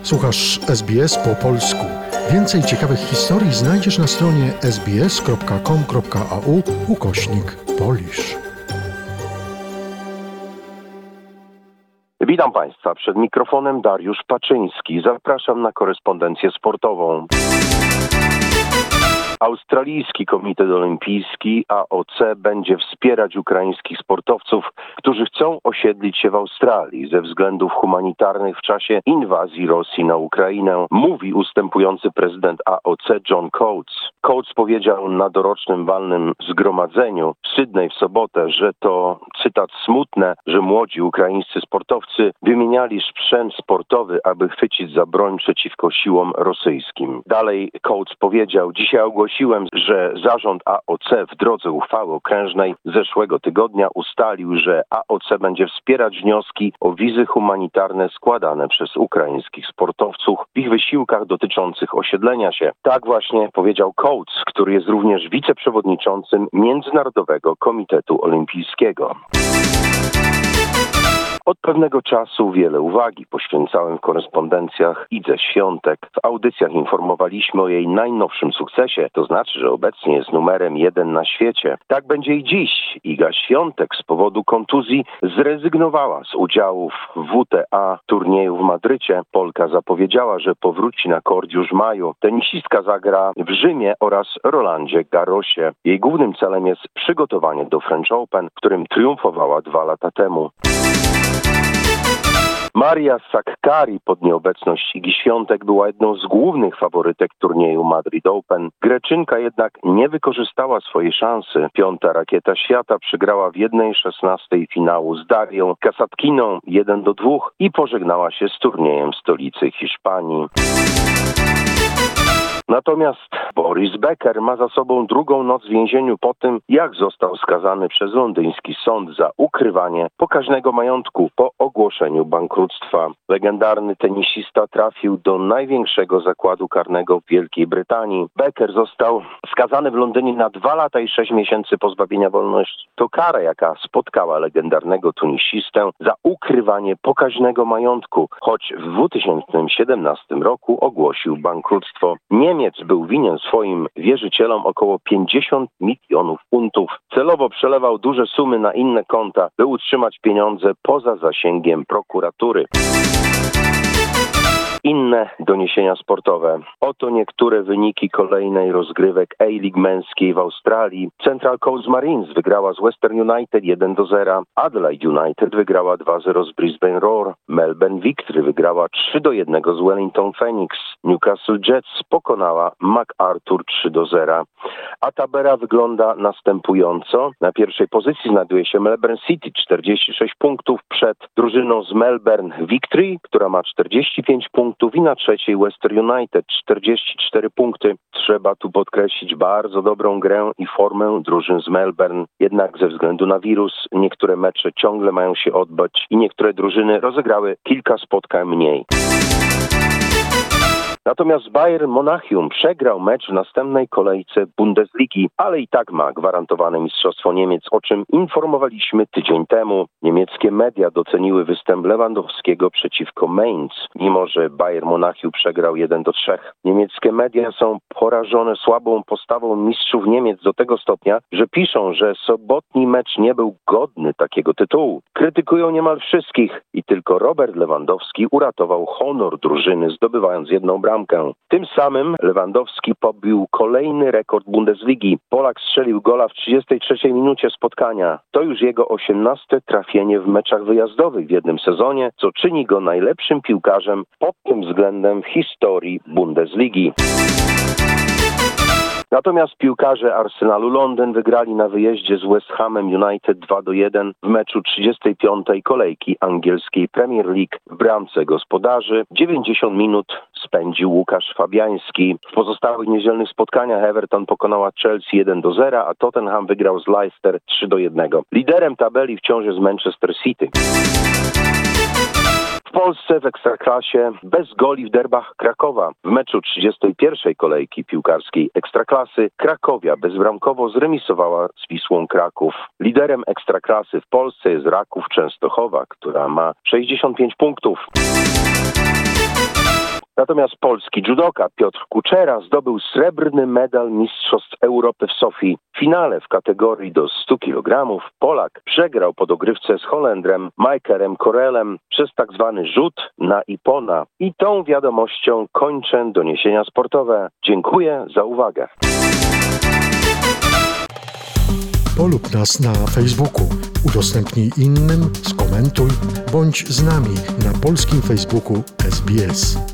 Słuchasz SBS po polsku. Więcej ciekawych historii znajdziesz na stronie sbs.com.au/Polish. Witam Państwa, przed mikrofonem Dariusz Paczyński. Zapraszam na korespondencję sportową. Australijski Komitet Olimpijski AOC będzie wspierać ukraińskich sportowców, którzy chcą osiedlić się w Australii ze względów humanitarnych w czasie inwazji Rosji na Ukrainę, mówi ustępujący prezydent AOC John Coates. Coates powiedział na dorocznym walnym zgromadzeniu w Sydney w sobotę, że to, cytat, smutne, że młodzi ukraińscy sportowcy wymieniali sprzęt sportowy, aby chwycić za broń przeciwko siłom rosyjskim. Dalej Coates powiedział: dzisiaj ogłosiłem, że zarząd AOC w drodze uchwały okrężnej z zeszłego tygodnia ustalił, że AOC będzie wspierać wnioski o wizy humanitarne składane przez ukraińskich sportowców w ich wysiłkach dotyczących osiedlenia się. Tak właśnie powiedział Coates, który jest również wiceprzewodniczącym Międzynarodowego Komitetu Olimpijskiego. Od pewnego czasu wiele uwagi poświęcałem w korespondencjach Idze Świątek. W audycjach informowaliśmy o jej najnowszym sukcesie, to znaczy, że obecnie jest numerem 1 na świecie. Tak będzie i dziś. Iga Świątek z powodu kontuzji zrezygnowała z udziału w WTA turnieju w Madrycie. Polka zapowiedziała, że powróci na kort już w maju. Tenisistka zagra w Rzymie oraz Rolandzie Garrosie. Jej głównym celem jest przygotowanie do French Open, w którym triumfowała 2 lata temu. Maria Sakkari pod nieobecność Igi Świątek była jedną z głównych faworytek turnieju Madrid Open. Greczynka jednak nie wykorzystała swojej szansy. 5. rakieta świata przegrała w 1/16 finału z Darią Kasatkiną 1-2 i pożegnała się z turniejem w stolicy Hiszpanii. Natomiast Boris Becker ma za sobą drugą noc w więzieniu po tym, jak został skazany przez londyński sąd za ukrywanie pokaźnego majątku po ogłoszeniu bankructwa. Legendarny tenisista trafił do największego zakładu karnego w Wielkiej Brytanii. Becker został skazany w Londynie na 2 lata i 6 miesięcy pozbawienia wolności. To kara, jaka spotkała legendarnego tenisistę za ukrywanie pokaźnego majątku, choć w 2017 roku ogłosił bankructwo. Niemiec był winien swoim wierzycielom około 50 milionów funtów. Celowo przelewał duże sumy na inne konta, by utrzymać pieniądze poza zasięgiem prokuratury. Inne doniesienia sportowe. Oto niektóre wyniki kolejnej rozgrywek A-League męskiej w Australii. Central Coast Marines wygrała z Western United 1-0. Adelaide United wygrała 2-0 z Brisbane Roar. Melbourne Victory wygrała 3-1 z Wellington Phoenix. Newcastle Jets pokonała MacArthur 3-0. A tabela wygląda następująco. Na pierwszej pozycji znajduje się Melbourne City, 46 punktów przed drużyną z Melbourne Victory, która ma 45 punktów i na trzeciej Western United 44 punkty. Trzeba tu podkreślić bardzo dobrą grę i formę drużyn z Melbourne. Jednak ze względu na wirus niektóre mecze ciągle mają się odbyć i niektóre drużyny rozegrały kilka spotkań mniej. Natomiast Bayern Monachium przegrał mecz w następnej kolejce Bundesligi, ale i tak ma gwarantowane mistrzostwo Niemiec, o czym informowaliśmy tydzień temu. Niemieckie media doceniły występ Lewandowskiego przeciwko Mainz, mimo że Bayern Monachium przegrał 1-3. Niemieckie media są porażone słabą postawą mistrzów Niemiec do tego stopnia, że piszą, że sobotni mecz nie był godny takiego tytułu. Krytykują niemal wszystkich i tylko Robert Lewandowski uratował honor drużyny, zdobywając 1 bramkę. Tym samym Lewandowski pobił kolejny rekord Bundesligi. Polak strzelił gola w 33 minucie spotkania. To już jego 18. trafienie w meczach wyjazdowych w jednym sezonie, co czyni go najlepszym piłkarzem pod tym względem w historii Bundesligi. Natomiast piłkarze Arsenalu Londyn wygrali na wyjeździe z West Hamem United 2-1 w meczu 35. kolejki angielskiej Premier League. W bramce gospodarzy 90 minut spędził Łukasz Fabiański. W pozostałych niedzielnych spotkaniach Everton pokonała Chelsea 1-0, a Tottenham wygrał z Leicester 3-1. Liderem tabeli wciąż jest Manchester City. W Polsce w Ekstraklasie bez goli w derbach Krakowa. W meczu 31. kolejki piłkarskiej Ekstraklasy Krakowia bezbramkowo zremisowała z Wisłą Kraków. Liderem Ekstraklasy w Polsce jest Raków Częstochowa, która ma 65 punktów. Natomiast polski judoka Piotr Kuczera zdobył srebrny medal Mistrzostw Europy w Sofii. W finale w kategorii do 100 kg Polak przegrał po dogrywce z Holendrem Michaelem Korelem przez tak zwany rzut na Ipona. I tą wiadomością kończę doniesienia sportowe. Dziękuję za uwagę. Polub nas na Facebooku, udostępnij innym, skomentuj, bądź z nami na polskim Facebooku SBS.